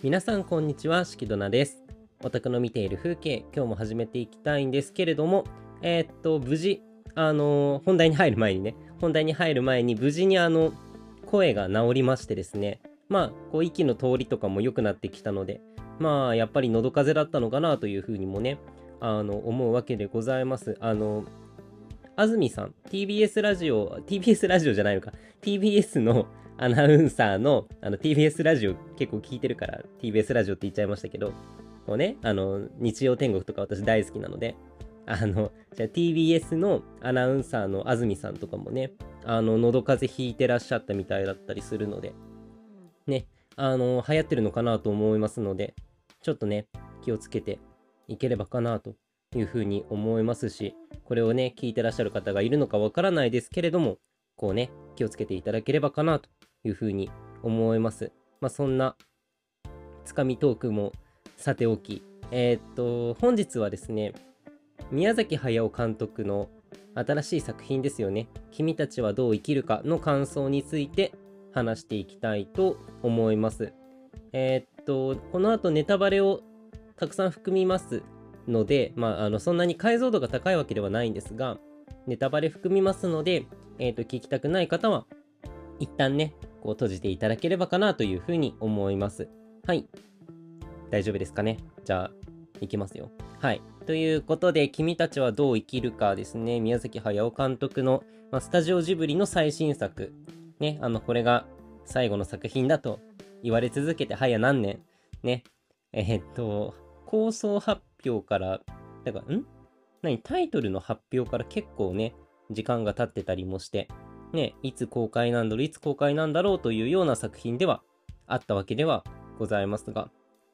皆さんこんにちは、しきどなです。お宅の見ている風景、今日も始めていきたいんですけれども、無事、本題に入る前にね、無事に声が治りましてですね、こう息の通りとかも良くなってきたので、やっぱり喉風邪だったのかなというふうにもね、思うわけでございます。安住さん、TBS ラジオじゃないのか、TBS のアナウンサーの、TBS ラジオ結構聞いてるから、TBS ラジオって言っちゃいましたけど、こうね、日曜天国とか私大好きなので、じゃあ TBS のアナウンサーの安住さんとかもね、喉風邪ひいてらっしゃったみたいだったりするので、ね、流行ってるのかなと思いますので、ちょっとね、気をつけていければかなというふうに思いますし、これをね、聞いてらっしゃる方がいるのかわからないですけれども、こうね、気をつけていただければかなというふうに思います。そんなつかみトークもさておき、本日はですね、宮崎駿監督の新しい作品ですよね。君たちはどう生きるかの感想について話していきたいと思います。この後ネタバレをたくさん含みますので、そんなに解像度が高いわけではないんですが、ネタバレ含みますので、聞きたくない方は、一旦ね、こう閉じていただければかなというふうに思います。はい。大丈夫ですかね。じゃあ、いきますよ。はい。ということで、君たちはどう生きるかですね。宮崎駿監督の、スタジオジブリの最新作。ね、これが最後の作品だと言われ続けて早何年。ね。構想発表から、タイトルの発表から結構ね、時間が経ってたりもして、ね、いつ公開なんだろうというような作品ではあったわけではございますが、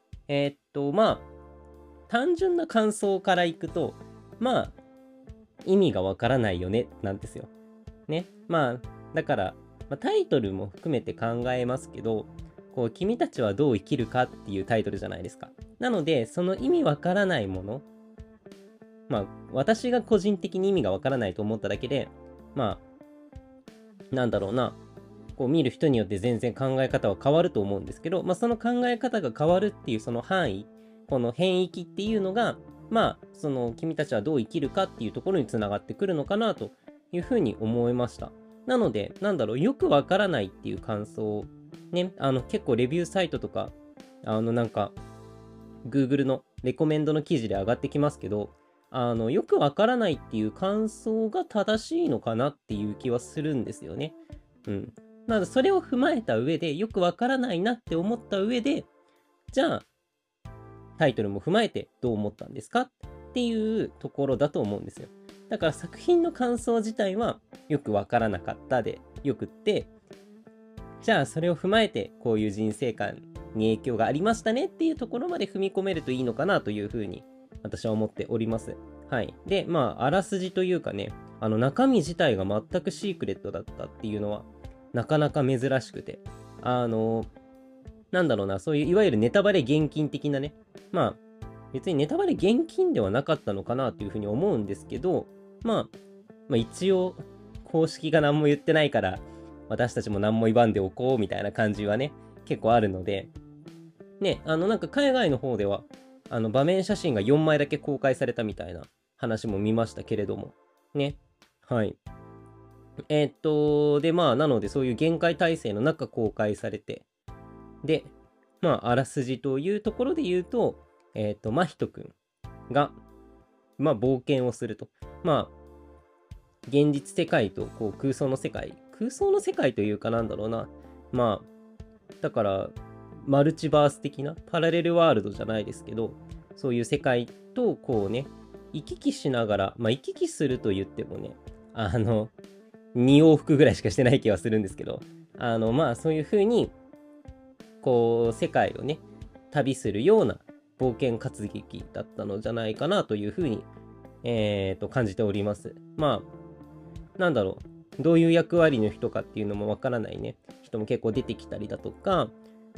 単純な感想からいくと、意味がわからないよね、なんですよ。ね。だから、タイトルも含めて考えますけど、こう、君たちはどう生きるかっていうタイトルじゃないですか。なので、その意味わからないもの、私が個人的に意味がわからないと思っただけで、なんだろうな、こう見る人によって全然考え方は変わると思うんですけど、その考え方が変わるっていうその範囲、この変域っていうのが、その君たちはどう生きるかっていうところにつながってくるのかなというふうに思いました。なので、よくわからないっていう感想、ね、結構レビューサイトとか、Google のレコメンドの記事で上がってきますけど、よくわからないっていう感想が正しいのかなっていう気はするんですよね。うん。それを踏まえた上で、よくわからないなって思った上で、じゃあ、タイトルも踏まえてどう思ったんですかっていうところだと思うんですよ。だから作品の感想自体はよくわからなかったでよくって、じゃあそれを踏まえてこういう人生観に影響がありましたねっていうところまで踏み込めるといいのかなというふうに私は思っております。はい。で、あらすじというかね、中身自体が全くシークレットだったっていうのは、なかなか珍しくて、そういういわゆるネタバレ厳禁的なね、別にネタバレ厳禁ではなかったのかなというふうに思うんですけど、一応、公式が何も言ってないから、私たちも何も言わんでおこうみたいな感じはね、結構あるので、ね、海外の方では、場面写真が4枚だけ公開されたみたいな話も見ましたけれども、ね。はい。なのでそういう限界態勢の中公開されて、で、あらすじというところで言うと、真人くんが、冒険をすると。現実世界とこう空想の世界というかだから、マルチバース的な、パラレルワールドじゃないですけど、そういう世界とこうね、行き来しながら、行き来すると言ってもね、2往復ぐらいしかしてない気はするんですけど、そういう風に、こう、世界をね、旅するような冒険活劇だったのじゃないかなという風に、感じております。どういう役割の人かっていうのもわからないね、人も結構出てきたりだとか、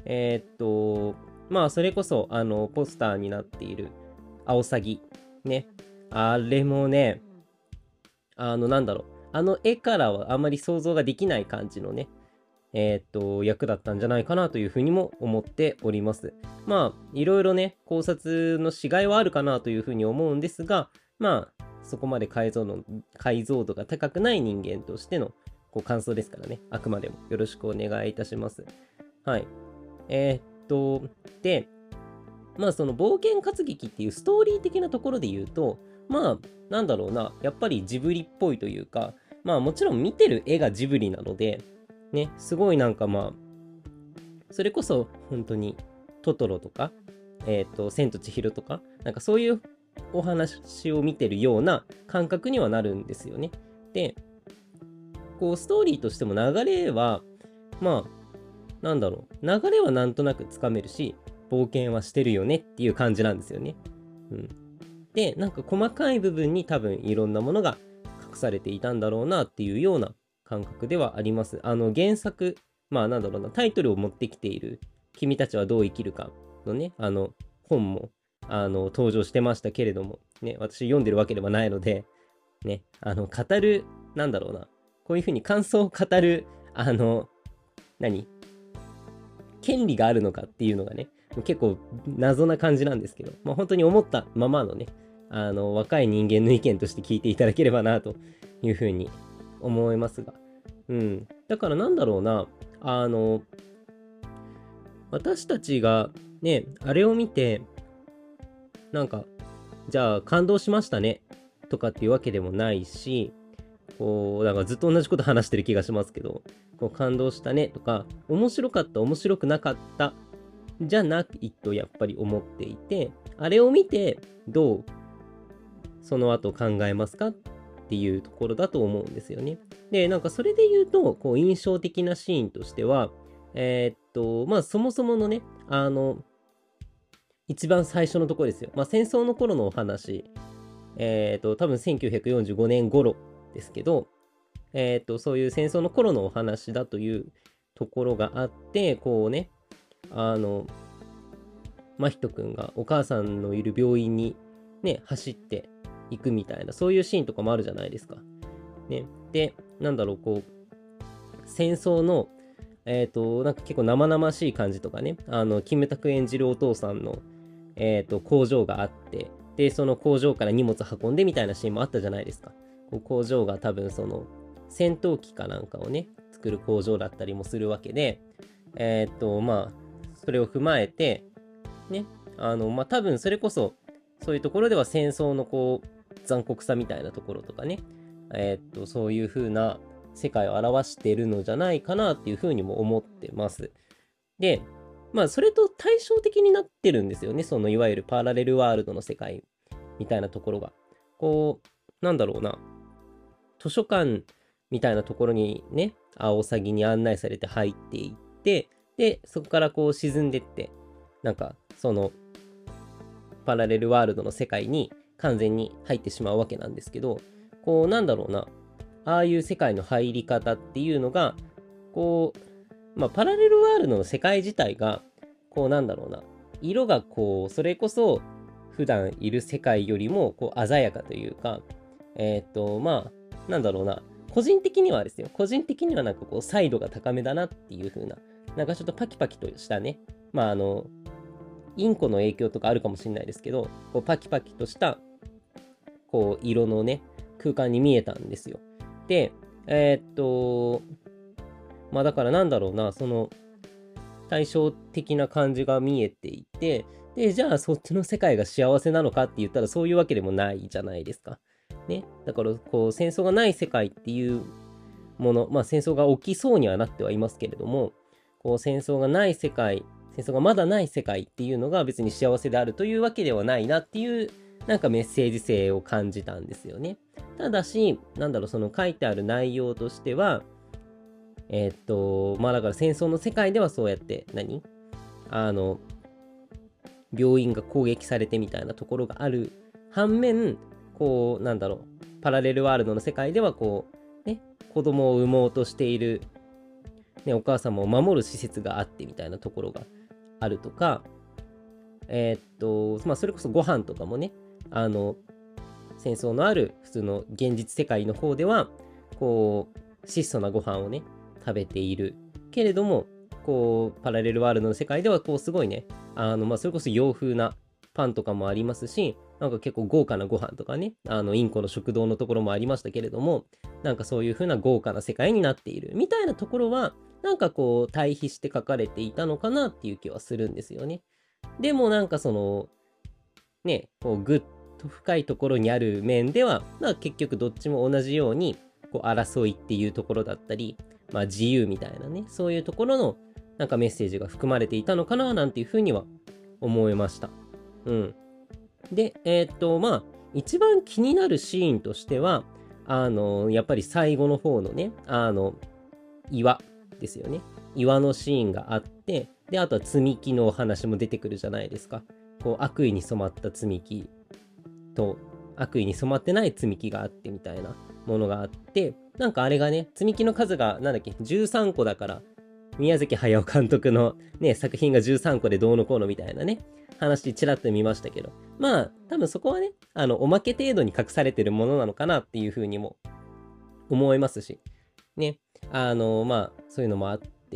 それこそ、ポスターになっている、アオサギ。ね。あれもね、あの絵からはあまり想像ができない感じのね、 役だったんじゃないかなというふうにも思っております。まあ、いろいろね、考察のしがいはあるかなというふうに思うんですが、まあ、そこまで解像度が高くない人間としての感想ですからね、あくまでもよろしくお願いいたします。はい。で、まあその冒険活劇っていうストーリー的なところで言うと、まあなんだろうな、やっぱりジブリっぽいというか、まあもちろん見てる絵がジブリなので、ね、すごいなんかまあ、それこそ本当にトトロとか、千と千尋とか、なんかそういうお話を見てるような感覚にはなるんですよね。で、こうストーリーとしても流れは、まあ、なんだろう、流れはなんとなくつかめるし、冒険はしてるよねっていう感じなんですよね。うん。で、なんか細かい部分に多分いろんなものが隠されていたんだろうなっていうような感覚ではあります。原作、まあなんだろうな、タイトルを持ってきている君たちはどう生きるかのね、本も、登場してましたけれども、ね、私読んでるわけではないので、ね、語る、なんだろうな、こういうふうに感想を語る、何権利があるのかっていうのがね、結構謎な感じなんですけど、まあ、本当に思ったままのね、若い人間の意見として聞いていただければなというふうに思いますが、うん。だからなんだろうな、私たちがね、あれを見て、なんか、じゃあ感動しましたねとかっていうわけでもないし、こう、なんかずっと同じこと話してる気がしますけど、こう感動したねとか、面白かった、面白くなかったじゃないとやっぱり思っていて、あれを見てどうその後考えますかっていうところだと思うんですよね。で、なんかそれで言うと、こう印象的なシーンとしては、まあそもそものね、一番最初のところですよ。まあ戦争の頃のお話、多分1945年頃ですけど、そういう戦争の頃のお話だというところがあって、こうね、真人くんがお母さんのいる病院にね、走っていくみたいな、そういうシーンとかもあるじゃないですか。ね。で、なんだろう、こう、戦争の、なんか結構生々しい感じとかね、キムタク演じるお父さんの、工場があって、で、その工場から荷物運んでみたいなシーンもあったじゃないですか。こう工場が多分その、戦闘機かなんかをね、作る工場だったりもするわけで、まあ、それを踏まえて、ね、まあ、多分それこそ、そういうところでは戦争のこう、残酷さみたいなところとかね、そういう風な世界を表しているのじゃないかなっていう風にも思ってます。で、まあ、それと対照的になってるんですよね。そのいわゆるパラレルワールドの世界みたいなところが。こう、なんだろうな。図書館みたいなところにね、アオサギに案内されて入っていって、で、そこからこう沈んでって、なんか、その、パラレルワールドの世界に完全に入ってしまうわけなんですけど、こう、なんだろうな、ああいう世界の入り方っていうのが、こう、まあ、パラレルワールドの世界自体が、こう、なんだろうな、色がこう、それこそ、普段いる世界よりも、こう、鮮やかというか、まあ、なんだろうな、個人的にはですよ、個人的にはなんかこう、彩度が高めだなっていう風な、なんかちょっとパキパキとしたね、まあ、インコの影響とかあるかもしれないですけど、こうパキパキとした、こう、色のね、空間に見えたんですよ。で、まあだからなんだろうな、その、対照的な感じが見えていて、で、じゃあそっちの世界が幸せなのかって言ったらそういうわけでもないじゃないですか。ね。だから、こう、戦争がない世界っていうもの、まあ戦争が起きそうにはなってはいますけれども、こう、戦争がない世界、戦争がまだない世界っていうのが別に幸せであるというわけではないなっていう、なんかメッセージ性を感じたんですよね。ただし、なんだろう、その書いてある内容としては、まあだから戦争の世界ではそうやってあの、病院が攻撃されてみたいなところがある反面、こう、なんだろう、パラレルワールドの世界ではこう、ね、子供を産もうとしている、ね、お母様を守る施設があってみたいなところがあるとか、まあそれこそご飯とかもね、戦争のある普通の現実世界の方では、こう、質素なご飯をね、食べているけれども、こう、パラレルワールドの世界では、こう、すごいね、それこそ洋風なパンとかもありますし、なんか結構豪華なご飯とかね、インコの食堂のところもありましたけれども、なんかそういう風な豪華な世界になっているみたいなところは、なんかこう、対比して書かれていたのかなっていう気はするんですよね。でもなんかその、ね、こう、ぐっと深いところにある面では、まあ結局どっちも同じように、こう、争いっていうところだったり、まあ自由みたいなね、そういうところの、なんかメッセージが含まれていたのかな、なんていうふうには思いました。うん。で、まあ、一番気になるシーンとしては、やっぱり最後の方のね、岩ですよね。岩のシーンがあって、で、あとは積み木のお話も出てくるじゃないですか。こう、悪意に染まった積み木と、悪意に染まってない積み木があってみたいなものがあって、なんかあれがね、積み木の数が、なんだっけ、13個だから、宮崎駿監督のね、作品が13個でどうのこうのみたいなね、話ちらっと見ましたけど、まあ、多分そこはね、おまけ程度に隠されてるものなのかなっていうふうにも思いますし、ね、まあ、そういうのもあって、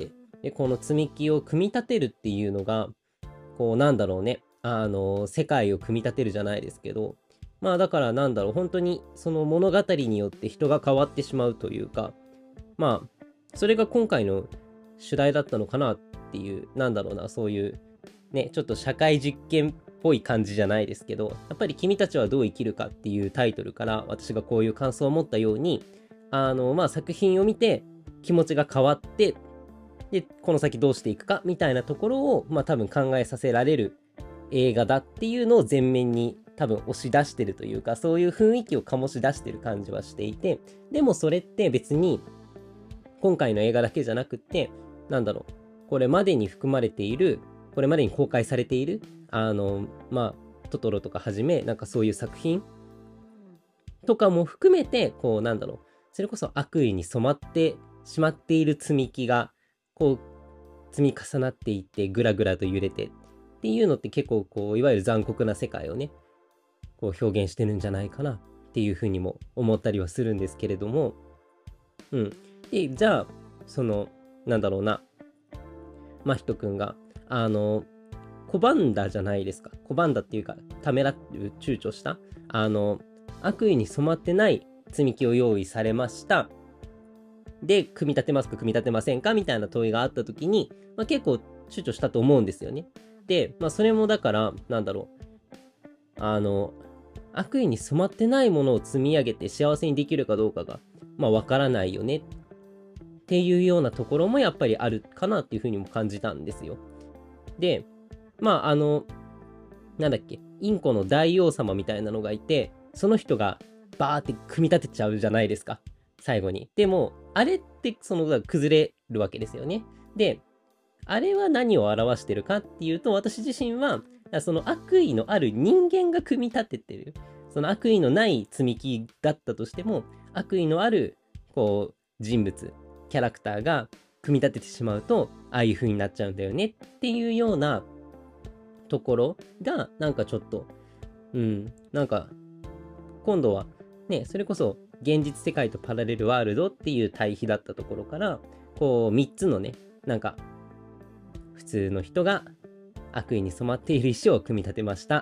で、この積み木を組み立てるっていうのが、こう、なんだろうね、世界を組み立てるじゃないですけど、まあ、だからなんだろう、本当にその物語によって人が変わってしまうというか、まあ、それが今回の主題だったのかなっていう、なんだろうな、そういう、ね、ちょっと社会実験っぽい感じじゃないですけど、やっぱり君たちはどう生きるかっていうタイトルから私がこういう感想を持ったように、まあ、作品を見て気持ちが変わって、で、この先どうしていくかみたいなところを、まあ多分考えさせられる映画だっていうのを前面に多分押し出してるというか、そういう雰囲気を醸し出してる感じはしていて、でもそれって別に今回の映画だけじゃなくって、なんだろう、これまでに含まれている、これまでに公開されている、まあ、トトロとかはじめ、なんかそういう作品とかも含めて、こう、なんだろう、それこそ悪意に染まってしまっている積み木が、こう、積み重なっていって、ぐらぐらと揺れてっていうのって結構、こう、いわゆる残酷な世界をね、こう表現してるんじゃないかなっていうふうにも思ったりはするんですけれども、うん。で、じゃあ、その、なんだろうな、真人くんが、拒んだじゃないですか。拒んだっていうか、ためらう、躊躇した、悪意に染まってない積み木を用意されました。で、組み立てますか、組み立てませんかみたいな問いがあった時に、まあ、結構躊躇したと思うんですよね。で、まあ、それもだから、なんだろう。悪意に染まってないものを積み上げて幸せにできるかどうかが、まあ、わからないよねっていうようなところもやっぱりあるかなっていうふうにも感じたんですよ。で、まあ、なんだっけ、インコの大王様みたいなのがいて、その人がバーって組み立てちゃうじゃないですか。最後に。でも、あれってその崩れるわけですよね。で、あれは何を表してるかっていうと、私自身は、その悪意のある人間が組み立ててる。その悪意のない積み木だったとしても、悪意のある、こう、人物、キャラクターが組み立ててしまうと、ああいう風になっちゃうんだよねっていうようなところが、なんかちょっと、なんか、今度は、ね、それこそ、現実世界とパラレルワールドっていう対比だったところから、こう、3つのね、なんか、普通の人が悪意に染まっている石を組み立てました。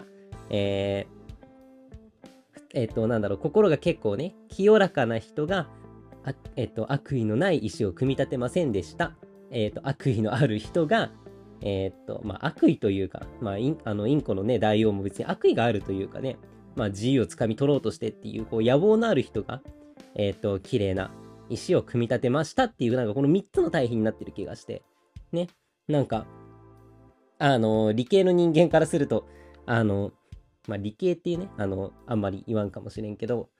なんだろう、心が結構ね、清らかな人が、悪意のない石を組み立てませんでした。悪意のある人が、まあ、悪意というか、まあ、インコのね、大王も別に悪意があるというかね、まあ、自由をつかみ取ろうとしてっていう、こう、野望のある人が、綺麗な石を組み立てましたっていう、なんかこの3つの対比になってる気がして、ね、なんか、理系の人間からすると、まあ、理系っていうね、あんまり言わんかもしれんけど、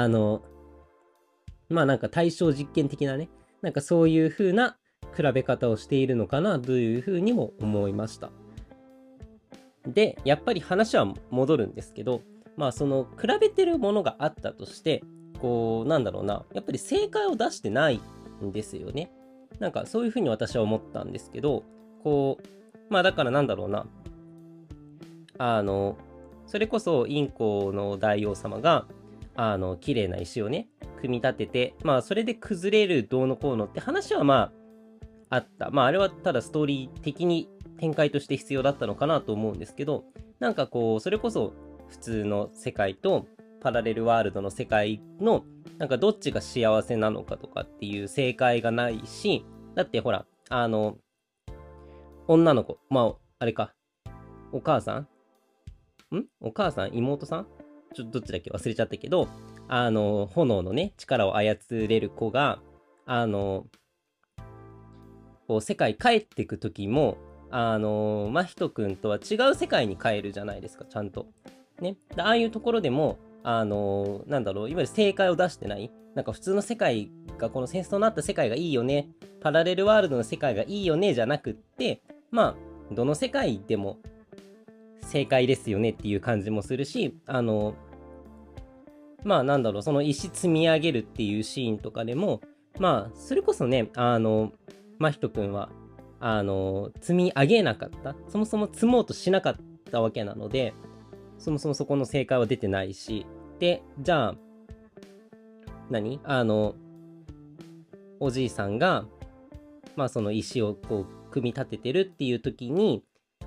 まあなんか対象実験的なね、なんかそういう風な比べ方をしているのかなという風にも思いました。で、やっぱり話は戻るんですけど、まあその比べてるものがあったとして、こう、なんだろうな、やっぱり正解を出してないんですよね。なんかそういう風に私は思ったんですけど、こう、まあだからなんだろうな、それこそインコの大王様が、綺麗な石をね、組み立てて、まあそれで崩れるどうのこうのって話はまあ、 あった。まああれはただストーリー的に展開として必要だったのかなと思うんですけど、なんかこうそれこそ普通の世界とパラレルワールドの世界のなんかどっちが幸せなのかとかっていう正解がないし、だってほら女の子、まああれか、お母さんお母さん妹さんちょっとどっちだっけ忘れちゃったけど、炎のね、力を操れる子が、こう、世界帰ってく時も、真人くんとは違う世界に帰るじゃないですか、ちゃんと。ね。ああいうところでも、なんだろう、いわゆる正解を出してない。なんか普通の世界が、この戦争になった世界がいいよね、パラレルワールドの世界がいいよね、じゃなくって、まあ、どの世界でも正解ですよねっていう感じもするし、まあなんだろう、その石積み上げるっていうシーンとかでも、まあ、それこそね、真人くんは、積み上げなかった。そもそも積もうとしなかったわけなので、そもそもそこの正解は出てないし、で、じゃあ、何おじいさんが、まあその石をこう、組み立ててるっていう時に、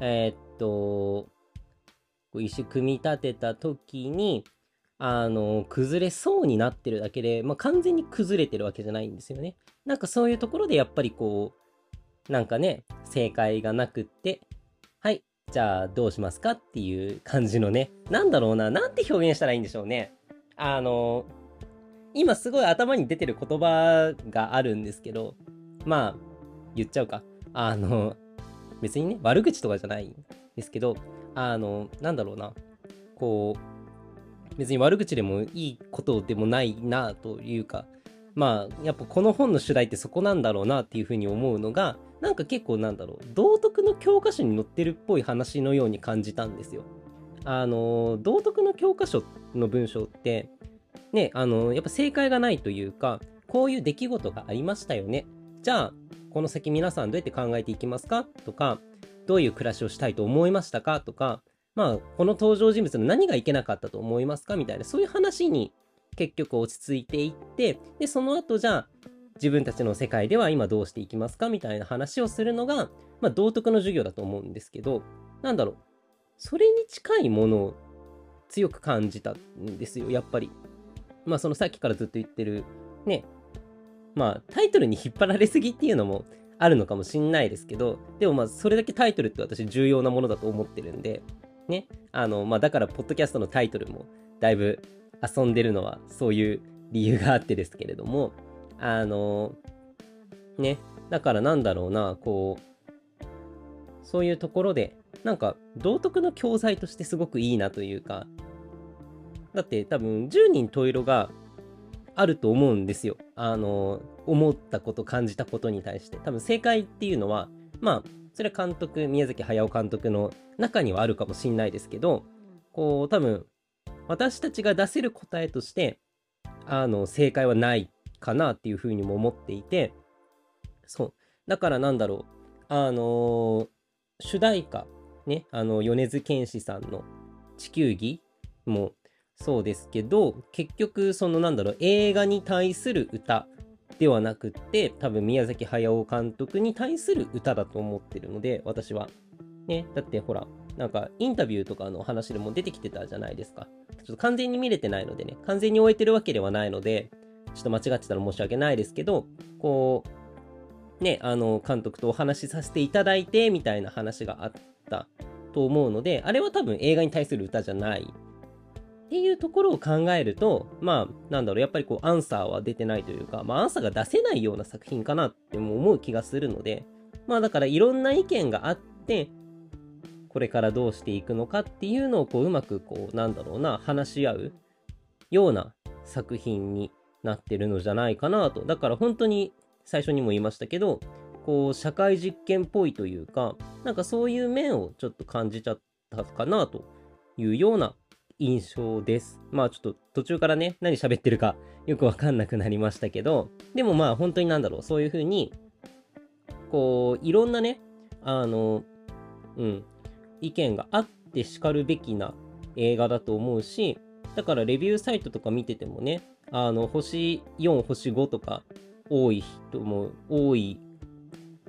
石組み立てた時に、崩れそうになってるだけで、まあ、完全に崩れてるわけじゃないんですよね。なんかそういうところでやっぱりこう、なんかね、正解がなくって、はい、じゃあどうしますかっていう感じのね、なんだろうな、なんて表現したらいいんでしょうね。今すごい頭に出てる言葉があるんですけど、まあ、言っちゃうか。別にね、悪口とかじゃないんですけど、なんだろうな、こう、別に悪口でもいいことでもないなというか、まあ、やっぱこの本の主題ってそこなんだろうなっていうふうに思うのが、なんか結構なんだろう、道徳の教科書に載ってるっぽい話のように感じたんですよ。道徳の教科書の文章って、ね、やっぱ正解がないというか、こういう出来事がありましたよね。じゃあ、この先皆さんどうやって考えていきますかとか、どういう暮らしをしたいと思いましたかとか、まあ、この登場人物の何がいけなかったと思いますかみたいな、そういう話に結局落ち着いていって、で、その後じゃあ、自分たちの世界では今どうしていきますかみたいな話をするのが、まあ、道徳の授業だと思うんですけど、なんだろう、それに近いものを強く感じたんですよ、やっぱり。まあそのさっきからずっと言ってるね、まあタイトルに引っ張られすぎっていうのもあるのかもしんないですけど、でもまあそれだけタイトルって私重要なものだと思ってるんで、ね、まあだからポッドキャストのタイトルもだいぶ遊んでるのはそういう理由があってですけれども、ね、だからなんだろうな、こう、そういうところで、なんか道徳の教材としてすごくいいなというか、だって多分10人十色があると思うんですよ。思ったこと、感じたことに対して。多分正解っていうのは、まあ、それは監督、宮崎駿監督の中にはあるかもしんないですけど、こう、多分、私たちが出せる答えとして、正解はないかなっていうふうにも思っていて、そう。だからなんだろう。主題歌、ね、米津玄師さんの地球儀もそうですけど、結局、そのなんだろう、映画に対する歌ではなくって、多分宮崎駿監督に対する歌だと思ってるので、私は。ね、だってほら、なんかインタビューとかの話でも出てきてたじゃないですか。ちょっと完全に見れてないのでね、完全に終えてるわけではないので、ちょっと間違ってたら申し訳ないですけど、こう、ね、監督とお話しさせていただいて、みたいな話があったと思うので、あれは多分映画に対する歌じゃないっていうところを考えると、まあ、なんだろう、やっぱりこう、アンサーは出てないというか、まあ、アンサーが出せないような作品かなっても思う気がするので、まあ、だからいろんな意見があって、これからどうしていくのかっていうのをこう、うまくこう、なんだろうな、話し合うような作品になってるのじゃないかなと。だから本当に最初にも言いましたけど、こう、社会実験っぽいというか、なんかそういう面をちょっと感じちゃったかなというような印象です。まあちょっと途中からね、何喋ってるかよくわかんなくなりましたけど、でもまあ本当になんだろう、そういう風に、こう、いろんなね、うん、意見があってしかるべきな映画だと思うし、だからレビューサイトとか見ててもね、星4、星5とか多い人も多い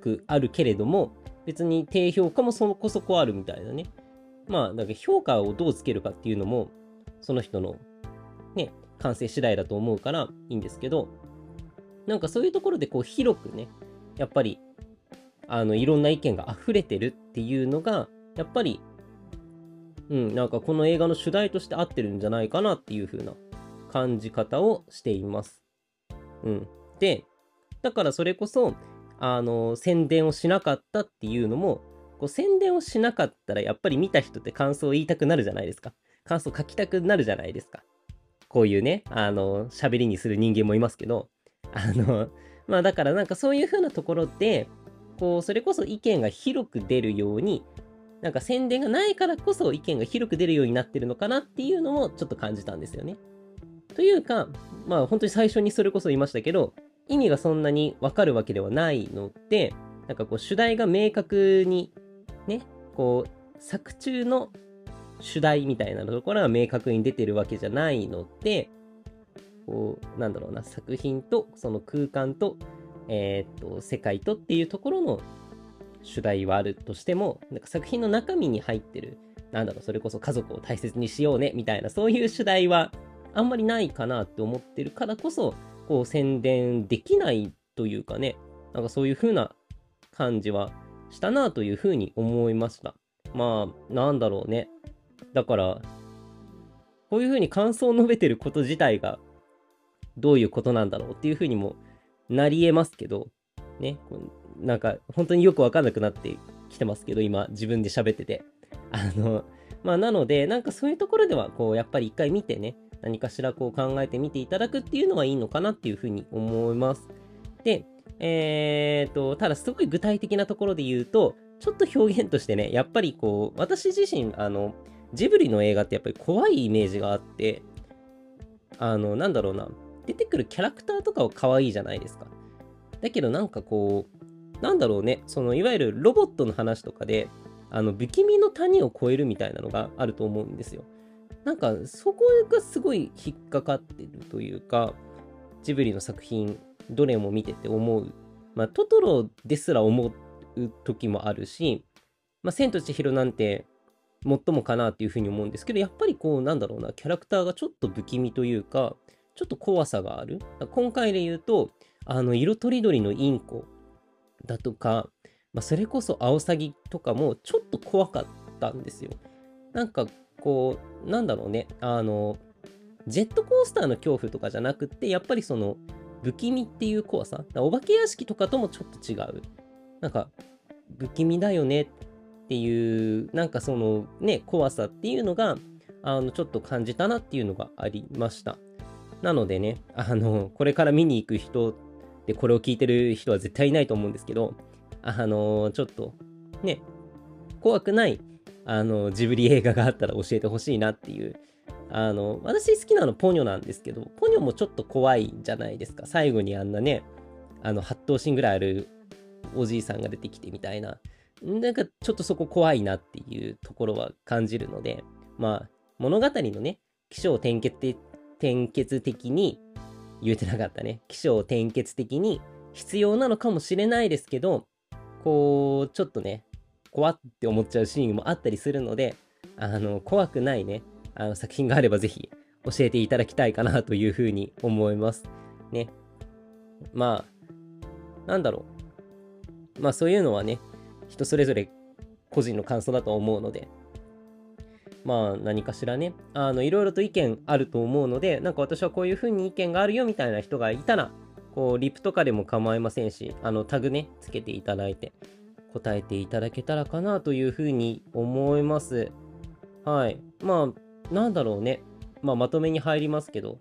くあるけれども、別に低評価もそこそこあるみたいなね。まあ、だから評価をどうつけるかっていうのも、その人のね、感性次第だと思うからいいんですけど、なんかそういうところでこう広くね、やっぱり、いろんな意見が溢れてるっていうのが、やっぱり、なんかこの映画の主題として合ってるんじゃないかなっていう風な感じ方をしています。で、だからそれこそ、宣伝をしなかったっていうのも、こう宣伝をしなかったらやっぱり見た人って感想を言いたくなるじゃないですか。感想書きたくなるじゃないですか。こういうね、喋りにする人間もいますけど、まあだからなんかそういう風なところで、こう、それこそ意見が広く出るように、なんか宣伝がないからこそ意見が広く出るようになってるのかなっていうのもちょっと感じたんですよね。というか、まあ本当に最初にそれこそ言いましたけど、意味がそんなにわかるわけではないので、なんかこう主題が明確にね、こう作中の主題みたいなところが明確に出てるわけじゃないので、こうなんだろうな、作品とその空間と、世界とっていうところの主題はあるとしても、なんか作品の中身に入ってる、なんだろう、それこそ家族を大切にしようねみたいな、そういう主題はあんまりないかなって思ってるからこそ、こう宣伝できないというかね、なんかそういう風な感じはしたなという風に思いました。まあ、なんだろうね。だから、こういう風に感想を述べてること自体がどういうことなんだろうっていう風にもなり得ますけど、ね、なんか本当によくわかんなくなってきてますけど、今自分で喋ってて。まあなので、なんかそういうところでは、こう、やっぱり一回見てね、何かしらこう考えてみていただくっていうのはいいのかなっていうふうに思います。で、ただすごい具体的なところで言うと、ちょっと表現としてね、やっぱりこう、私自身、ジブリの映画ってやっぱり怖いイメージがあって、なんだろうな、出てくるキャラクターとかは可愛いじゃないですか。だけどなんかこう、なんだろうね、そのいわゆるロボットの話とかで、不気味の谷を越えるみたいなのがあると思うんですよ。なんかそこがすごい引っかかってるというか、ジブリの作品、どれも見てて思う。まあ、トトロですら思う時もあるし、まあ、千と千尋なんて、最もかなっていうふうに思うんですけど、やっぱりこう、なんだろうな、キャラクターがちょっと不気味というか、ちょっと怖さがある。今回で言うと、色とりどりのインコだとか、まあ、それこそアオサギとかもちょっと怖かったんですよ。なんかこう、なんだろうね、ジェットコースターの恐怖とかじゃなくて、やっぱりその、不気味っていう怖さ、お化け屋敷とかともちょっと違う。なんか、不気味だよねっていう、なんかそのね、怖さっていうのが、ちょっと感じたなっていうのがありました。なのでね、これから見に行く人で、これを聞いてる人は絶対いないと思うんですけど、ちょっと、ね、怖くない、ジブリ映画があったら教えてほしいなっていう。私好きなのポニョなんですけど、ポニョもちょっと怖いじゃないですか。最後にあんなね、8頭身ぐらいあるおじいさんが出てきてみたいな。なんかちょっとそこ怖いなっていうところは感じるので、まあ、物語のね、起承転結的に、言えてなかったね。起承転結的に必要なのかもしれないですけど、こう、ちょっとね、怖って思っちゃうシーンもあったりするので、怖くないね、作品があればぜひ教えていただきたいかなというふうに思います。ね。まあ、なんだろう。まあそういうのはね、人それぞれ個人の感想だと思うので、まあ何かしらね、いろいろと意見あると思うので、なんか私はこういう風に意見があるよみたいな人がいたら、こう、リプとかでも構いませんし、タグね、つけていただいて、答えていただけたらかなという風に思います。はい。まあ、なんだろうね。まあ、まとめに入りますけど、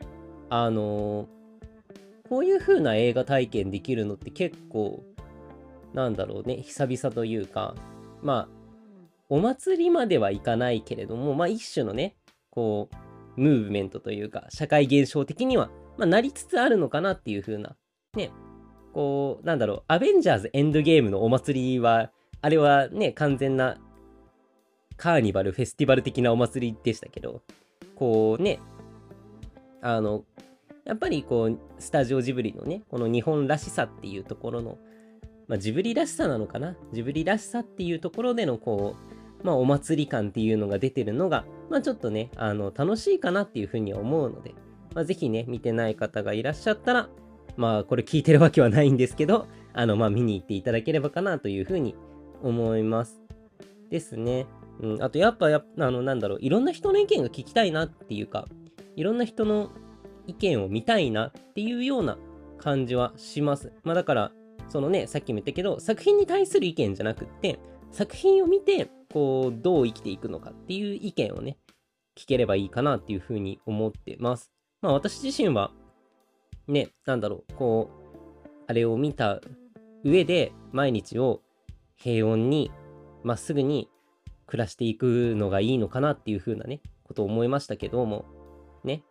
こういう風な映画体験できるのって結構、なんだろうね、久々というか、まあ、お祭りまではいかないけれども、まあ一種のね、こう、ムーブメントというか、社会現象的には、まあなりつつあるのかなっていう風な、ね、こう、なんだろう、アベンジャーズエンドゲームのお祭りは、あれはね、完全なカーニバル、フェスティバル的なお祭りでしたけど、こうね、あの、やっぱりこう、スタジオジブリのね、この日本らしさっていうところの、 ジブリらしさなのかな。ジブリらしさっていうところでのこう、お祭り感っていうのが出てるのが、ちょっとね、楽しいかなっていうふうには思うので、ぜひね、見てない方がいらっしゃったら、これ聞いてるわけはないんですけど、見に行っていただければかなというふうに思います。ですね。あとやっぱ、なんだろう、いろんな人の意見が聞きたいなっていうか、いろんな人の意見を見たいなっていうような感じはします。だから、そのね、さっきも言ったけど、作品に対する意見じゃなくって、作品を見て、こう、どう生きていくのかっていう意見をね、聞ければいいかなっていうふうに思ってます。私自身は、ね、なんだろう、こう、あれを見た上で、毎日を平穏に、まっすぐに暮らしていくのがいいのかなっていうふうなね、ことを思いましたけども、ね、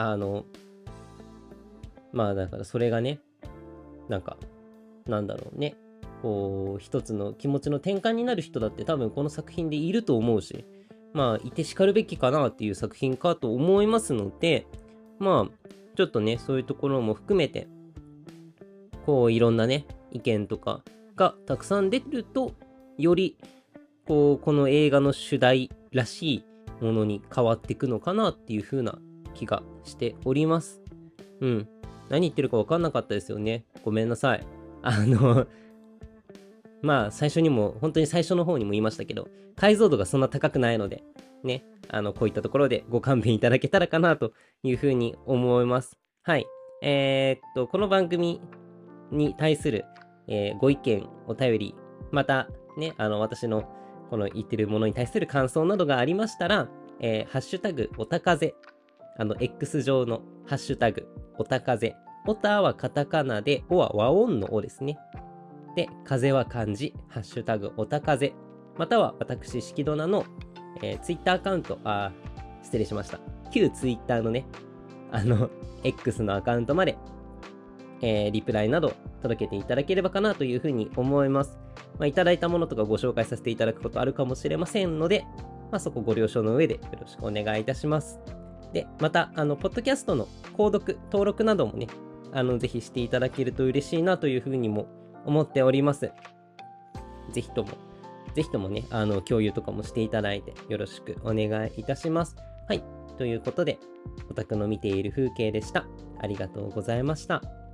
だからそれがね、なんだろうね、こう、一つの気持ちの転換になる人だって多分この作品でいると思うし、いてしかるべきかなっていう作品かと思いますので、ちょっとね、そういうところも含めて、こう、いろんなね、意見とかがたくさん出ると、より、この映画の主題らしいものに変わっていくのかなっていう風な気がしております。何言ってるか分かんなかったですよね。ごめんなさい。最初にも、本当に最初の方にも言いましたけど、解像度がそんな高くないので、ね、こういったところでご勘弁いただけたらかなというふうに思います。はい。この番組に対する、ご意見、お便り、また、ね、私のこの言ってるものに対する感想などがありましたら、ハッシュタグ、おたかぜ、X 上のハッシュタグ、おたかぜ、おたはカタカナで、おは和音のおですね。で、風は漢字、ハッシュタグ、おたかぜ、または私、しきどなの、ツイッターアカウント、失礼しました。旧ツイッターのね、X のアカウントまで、リプライなど届けていただければかなというふうに思います。いただいたものとかご紹介させていただくことあるかもしれませんので、そこご了承の上でよろしくお願いいたします。で、また、ポッドキャストの購読、登録などもね、ぜひしていただけると嬉しいなというふうにも思っております。ぜひともね、共有とかもしていただいてよろしくお願いいたします。はい。ということで、オタクの見ている風景でした。ありがとうございました。